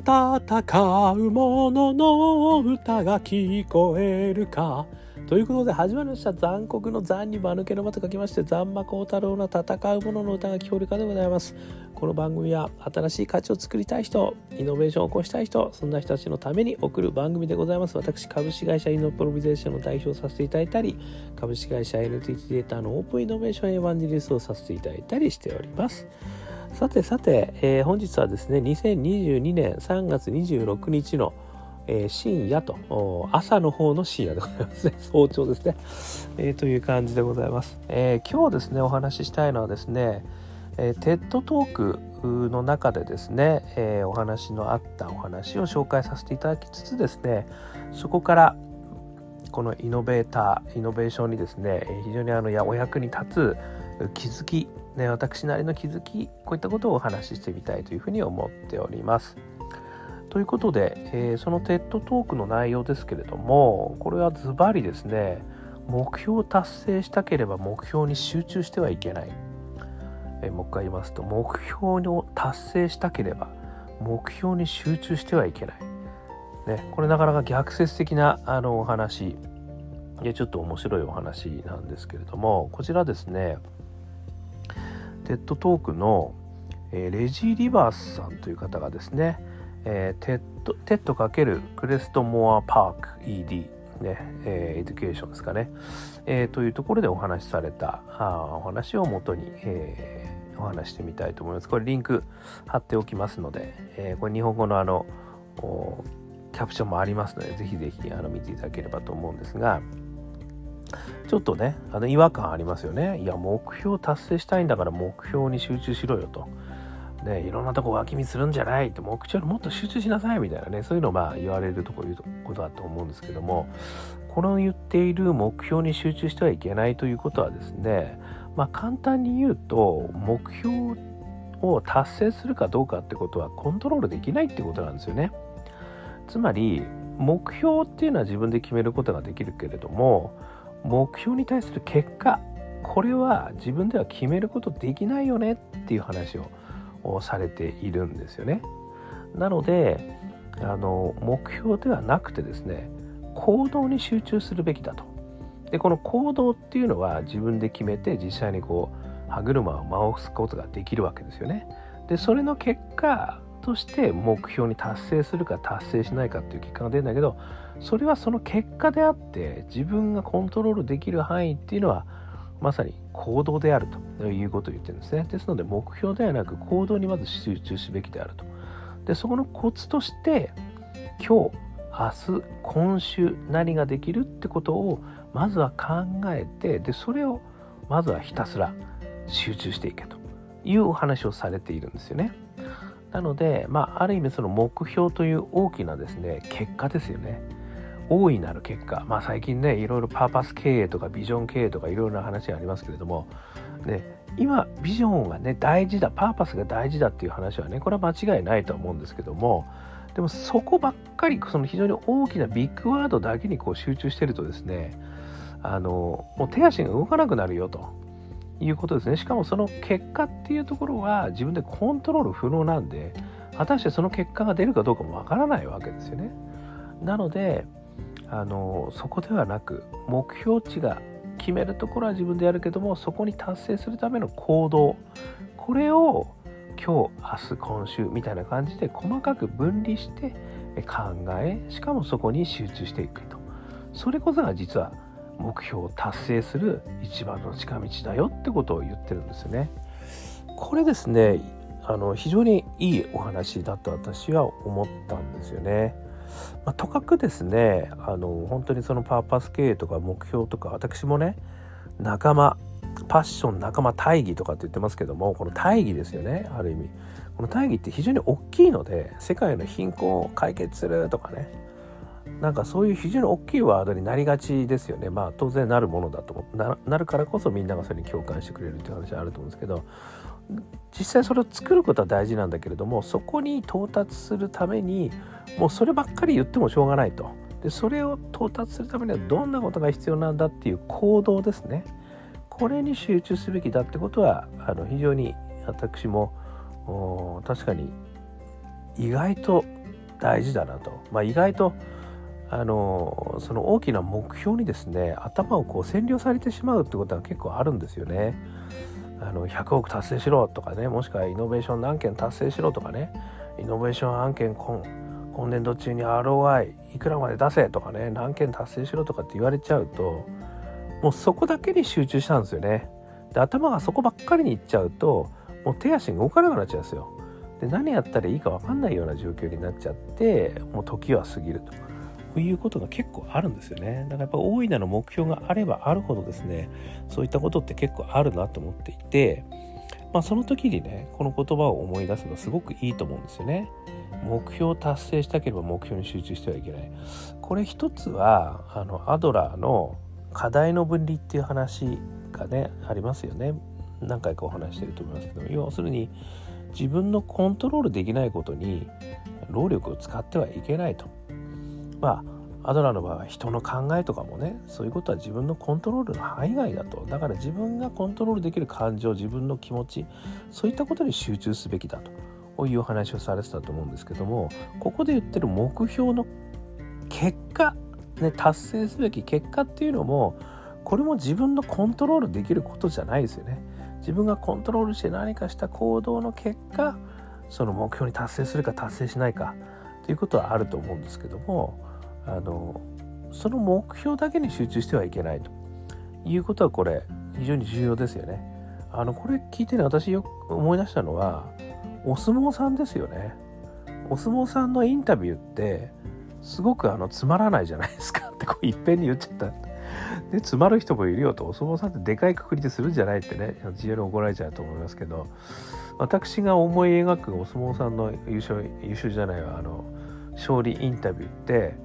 戦う者の歌が聞こえるか。ということで始まりました。残酷の残に間抜けの間と書きまして、残魔高太郎の戦う者の歌が聞こえるかでございます。この番組は新しい価値を作りたい人、イノベーションを起こしたい人、そんな人たちのために送る番組でございます。私、株式会社イノプロビゼーションの代表をさせていただいたり、株式会社 NTT データのオープンイノベーションエヴァンジェリストをさせていただいたりしております。さて、本日はですね、2022年3月26日の深夜と朝の方の深夜でございますね。早朝ですね、という感じでございます。今日ですねお話ししたいのはですね、TED トークの中でですね、お話のあったお話を紹介させていただきつつですね、そこからこのイノベーションにですね非常にお役に立つ気づき、ね、私なりの気づき、こういったことをお話ししてみたいというふうに思っております。ということで、その TED トークの内容ですけれども、これはズバリですね、目標を達成したければ目標に集中してはいけない。もう一回言いますと、目標を達成したければ目標に集中してはいけない、ね、これなかなか逆説的なお話で、ちょっと面白いお話なんですけれども、こちらですねTED トークの、レジー・リバースさんという方がですね、TED× クレストモアパーク ED、ねエデュケーションですかね、というところでお話しされたお話をもとに、お話してみたいと思います。これリンク貼っておきますので、これ日本語のキャプションもありますので、ぜひぜひ見ていただければと思うんですが、ちょっとね違和感ありますよね。いや、目標達成したいんだから目標に集中しろよと、ね、いろんなとこ脇見するんじゃないと、目標にもっと集中しなさいみたいなね、そういうのを言われることだと思うんですけども、この言っている目標に集中してはいけないということはですね、簡単に言うと、目標を達成するかどうかってことはコントロールできないってことなんですよね。つまり目標っていうのは自分で決めることができるけれども、目標に対する結果、これは自分では決めることできないよねっていう話をされているんですよね。なので目標ではなくてですね、行動に集中するべきだと。でこの行動っていうのは自分で決めて、実際に歯車を回すことができるわけですよね。でそれの結果として目標に達成するか達成しないかっていう結果が出るんだけど、それはその結果であって、自分がコントロールできる範囲っていうのはまさに行動であるということを言ってるんですね。ですので目標ではなく行動にまず集中すべきであると。でそこのコツとして、今日明日今週何ができるってことをまずは考えて、でそれをまずはひたすら集中していけというお話をされているんですよね。なのである意味その目標という大きなですね結果ですよね。大いなる結果、最近ねいろいろパーパス経営とかビジョン経営とかいろいろな話がありますけれども、今ビジョンがね大事だ、パーパスが大事だっていう話はね、これは間違いないと思うんですけども、でもそこばっかり、その非常に大きなビッグワードだけに集中してるとですね、もう手足が動かなくなるよということですね。しかもその結果っていうところは自分でコントロール不能なんで、果たしてその結果が出るかどうかもわからないわけですよね。なのでそこではなく、目標値が決めるところは自分でやるけども、そこに達成するための行動、これを今日明日今週みたいな感じで細かく分離して考え、しかもそこに集中していくと。それこそが実は目標を達成する一番の近道だよってことを言ってるんですよね。これですね非常にいいお話だと私は思ったんですよね。とかくですね本当にそのパーパス経営とか目標とか、私もね仲間パッション仲間大義とかって言ってますけども、この大義ですよね。ある意味この大義って非常に大きいので、世界の貧困を解決するとかね、なんかそういう非常に大きいワードになりがちですよね。当然なるものだと なるからこそみんながそれに共感してくれるっていう話はあると思うんですけど、実際それを作ることは大事なんだけれども、そこに到達するためにもうそればっかり言ってもしょうがないと。でそれを到達するためにはどんなことが必要なんだっていう行動ですね、これに集中すべきだってことは非常に私も確かに意外と大事だなと、意外とその大きな目標にですね頭を占領されてしまうってことが結構あるんですよね。100億達成しろとかね、もしくはイノベーション何件達成しろとかね、イノベーション案件今年度中に ROI いくらまで出せとかね、何件達成しろとかって言われちゃうと、もうそこだけに集中したんですよね。で、頭がそこばっかりにいっちゃうと、もう手足が動かなくなっちゃうんですよ。で、何やったらいいか分かんないような状況になっちゃって、もう時は過ぎるということが結構あるんですよね。だからやっぱ大いなる目標があればあるほどですね、そういったことって結構あるなと思っていて、その時にねこの言葉を思い出すのすごくいいと思うんですよね。目標を達成したければ目標に集中してはいけない。これ一つはアドラーの課題の分離っていう話がねありますよね。何回かお話してると思いますけど、要するに自分のコントロールできないことに労力を使ってはいけないと。アドラーの場合は人の考えとかもね、そういうことは自分のコントロールの範囲外だと。だから自分がコントロールできる感情、自分の気持ち、そういったことに集中すべきだというお話をされてたと思うんですけども、ここで言ってる目標の結果、達成すべき結果っていうのも、これも自分のコントロールできることじゃないですよね。自分がコントロールして何かした行動の結果、その目標に達成するか達成しないかということはあると思うんですけども、その目標だけに集中してはいけないということは、これ非常に重要ですよね。これ聞いてね、私よく思い出したのはお相撲さんですよね。お相撲さんのインタビューってすごくつまらないじゃないですかっていっぺんに言っちゃった。で、つまる人もいるよと。お相撲さんってでかいくくりでするんじゃないってね、GL 怒られちゃうと思いますけど、私が思い描くお相撲さんの優勝じゃないわ、勝利インタビューって、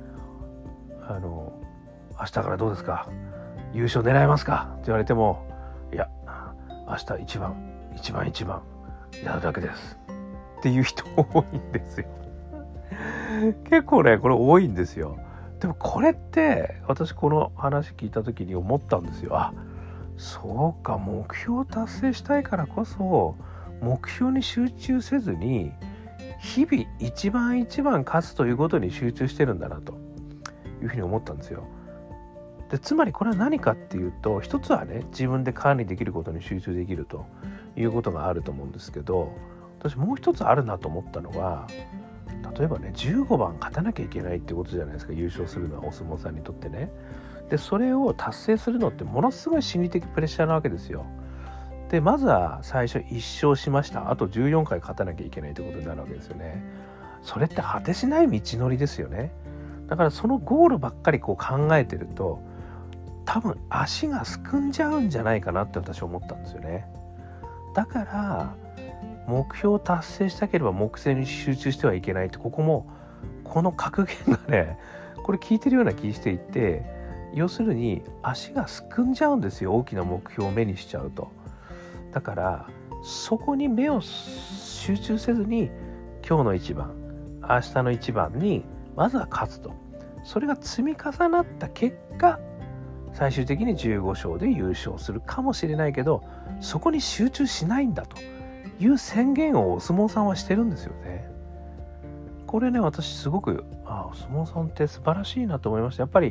明日からどうですか、優勝狙えますかって言われても、いや明日一番やるだけですっていう人多いんですよ。結構ねこれ多いんですよ。でもこれって私この話聞いた時に思ったんですよ。そうか、目標を達成したいからこそ目標に集中せずに日々一番勝つということに集中してるんだなというふうに思ったんですよ。で、つまりこれは何かっていうと、一つはね自分で管理できることに集中できるということがあると思うんですけど、私もう一つあるなと思ったのは、例えばね15番勝たなきゃいけないってことじゃないですか、優勝するのはお相撲さんにとってね。で、それを達成するのってものすごい心理的プレッシャーなわけですよ。で、まずは最初1勝しました、あと14回勝たなきゃいけないってことになるわけですよね。それって果てしない道のりですよね。だからそのゴールばっかり考えてると、多分足がすくんじゃうんじゃないかなって私は思ったんですよね。だから目標を達成したければ目標に集中してはいけないって、この格言がね、これ聞いてるような気していて、要するに足がすくんじゃうんですよ、大きな目標を目にしちゃうと。だからそこに目を集中せずに、今日の一番、明日の一番にまずは勝つと。それが積み重なった結果、最終的に15勝で優勝するかもしれないけど、そこに集中しないんだという宣言をお相撲さんはしてるんですよね。これね、私すごくお相撲さんって素晴らしいなと思いました。やっぱり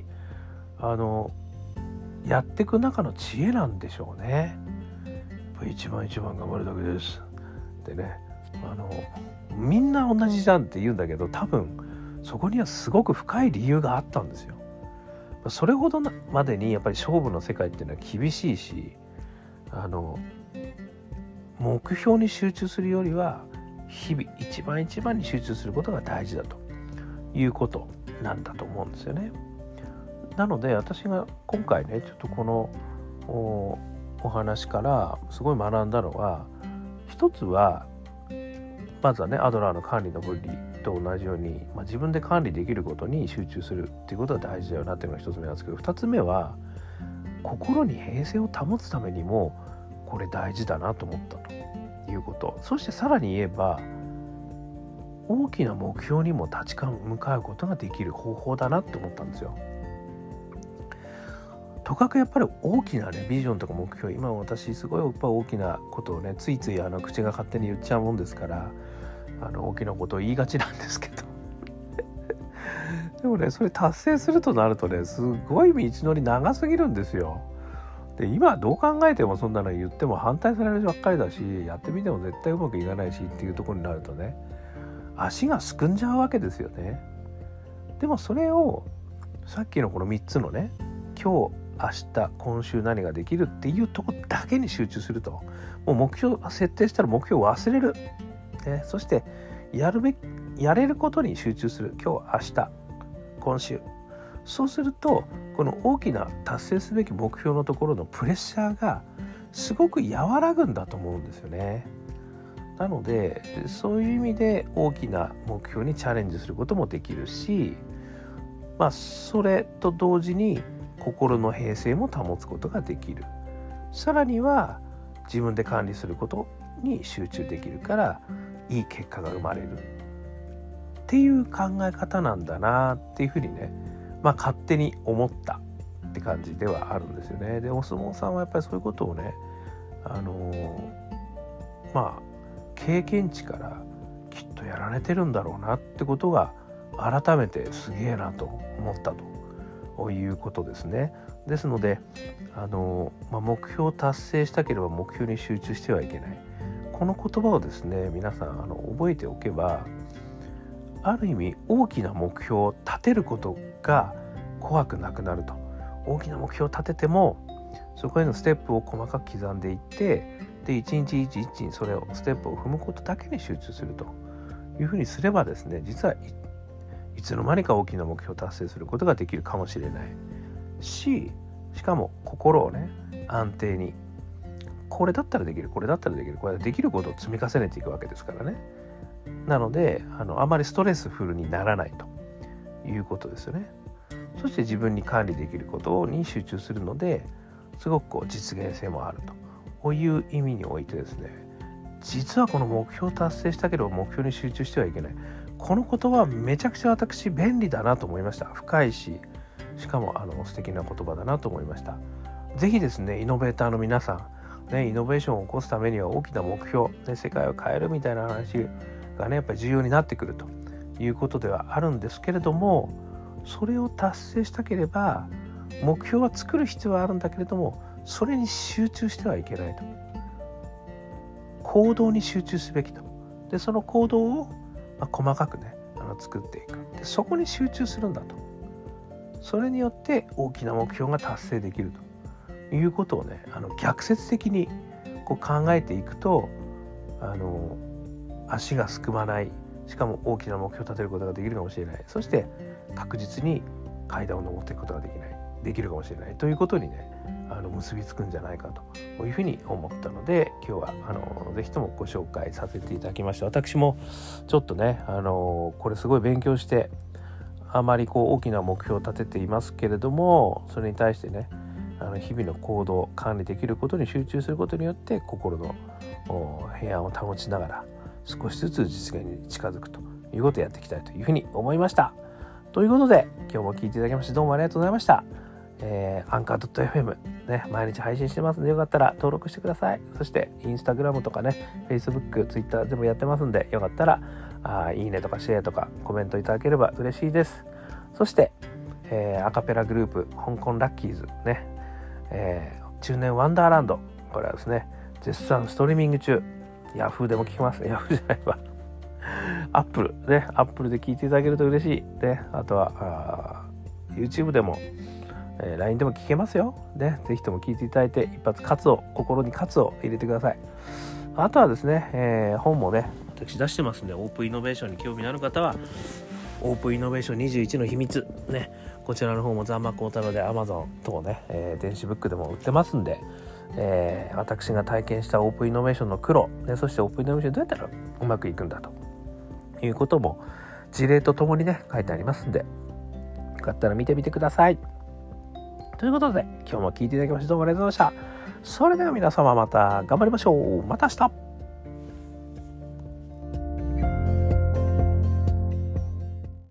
やっていく中の知恵なんでしょうね。やっぱり一番頑張るだけですでね、みんな同じじゃんって言うんだけど、多分そこにはすごく深い理由があったんですよ。それほどまでにやっぱり勝負の世界っていうのは厳しいし、目標に集中するよりは日々一番に集中することが大事だということなんだと思うんですよね。なので私が今回ねちょっとこのお話からすごい学んだのは、一つはまずはねアドラーの管理の分離と同じように、自分で管理できることに集中するっていうことが大事だよなっていうのが一つ目なんですけど、二つ目は心に平静を保つためにもこれ大事だなと思ったということ。そしてさらに言えば、大きな目標にも立ち向かうことができる方法だなって思ったんですよ。とかくやっぱり大きなねビジョンとか目標、今私すごいやっぱ大きなことをねついつい口が勝手に言っちゃうもんですから、 大きなことを言いがちなんですけどでもね、それ達成するとなるとね、すごい道のり長すぎるんですよ。で、今どう考えてもそんなの言っても反対されるばっかりだし、やってみても絶対うまくいかないしっていうところになるとね、足がすくんじゃうわけですよね。でもそれをさっきのこの3つのね、今日明日今週何ができるっていうところだけに集中すると、もう目標設定したら目標を忘れる、ね、そしてやれることに集中する。今日明日今週。そうするとこの大きな達成すべき目標のところのプレッシャーがすごく和らぐんだと思うんですよね。なのでそういう意味で大きな目標にチャレンジすることもできるし、それと同時に心の平静も保つことができる。さらには自分で管理することに集中できるからいい結果が生まれるっていう考え方なんだなっていうふうにね、勝手に思ったって感じではあるんですよね。で、お相撲さんはやっぱりそういうことをね、経験値からきっとやられてるんだろうなってことが改めてすげえなと思ったということですね。ですので目標を達成したければ目標に集中してはいけない、この言葉をですね、皆さん覚えておけば、ある意味大きな目標を立てることが怖くなくなると。大きな目標を立ててもそこへのステップを細かく刻んでいって、で一日一日にそれをステップを踏むことだけに集中するというふうにすればですね、実はいつの間にか大きな目標を達成することができるかもしれないし、しかも心をね、安定にこれだったらできる、これだったらできる、これできることを積み重ねていくわけですからね。なのであまりストレスフルにならないということですよね。そして自分に管理できることに集中するので、すごく実現性もあるという意味においてですね、実はこの目標を達成したければ目標に集中してはいけない、この言葉はめちゃくちゃ私便利だなと思いました。深いし、しかも素敵な言葉だなと思いました。ぜひですね、イノベーターの皆さん、イノベーションを起こすためには大きな目標、世界を変えるみたいな話がね、やっぱり重要になってくるということではあるんですけれども、それを達成したければ目標は作る必要はあるんだけれども、それに集中してはいけないと。行動に集中すべきと。でその行動を細かくね作っていく。でそこに集中するんだと。それによって大きな目標が達成できるということをね、逆説的に考えていくと足がすくまない、しかも大きな目標を立てることができるかもしれない、そして確実に階段を上っていくことができるかもしれないということにね結びつくんじゃないかというふうに思ったので、今日はぜひともご紹介させていただきました。私もちょっとねこれすごい勉強して、あまり大きな目標を立てていますけれども、それに対してね日々の行動管理できることに集中することによって心の平安を保ちながら少しずつ実現に近づくということをやっていきたいというふうに思いました。ということで今日も聞いていただきましてどうもありがとうございました。アンカー .fm ね、毎日配信してますので、よかったら登録してください。そしてインスタグラムとかね、Facebook、Twitter でもやってますんで、よかったらいいねとかシェアとかコメントいただければ嬉しいです。そして、アカペラグループ香港ラッキーズね、中年ワンダーランド、これはですね絶賛ストリーミング中、ヤフーでも聞きます。ヤフーじゃないわアップルね、アップルで聞いていただけると嬉しいで、あとはYouTube でもLINE でも聞けますよ。ぜひとも聞いていただいて、一発心に喝を入れてください。あとはですね、本もね私出してますんで、オープンイノベーションに興味のある方はオープンイノベーション21の秘密ね、こちらの方もザンマコウタロで Amazon 等ね、電子ブックでも売ってますんで、私が体験したオープンイノベーションの苦労、そしてオープンイノベーションどうやったらうまくいくんだということも事例とともにね書いてありますんで、よかったら見てみてください。ということで今日も聞いていただきましてどうもありがとうございました。それでは皆様また頑張りましょう。また明日。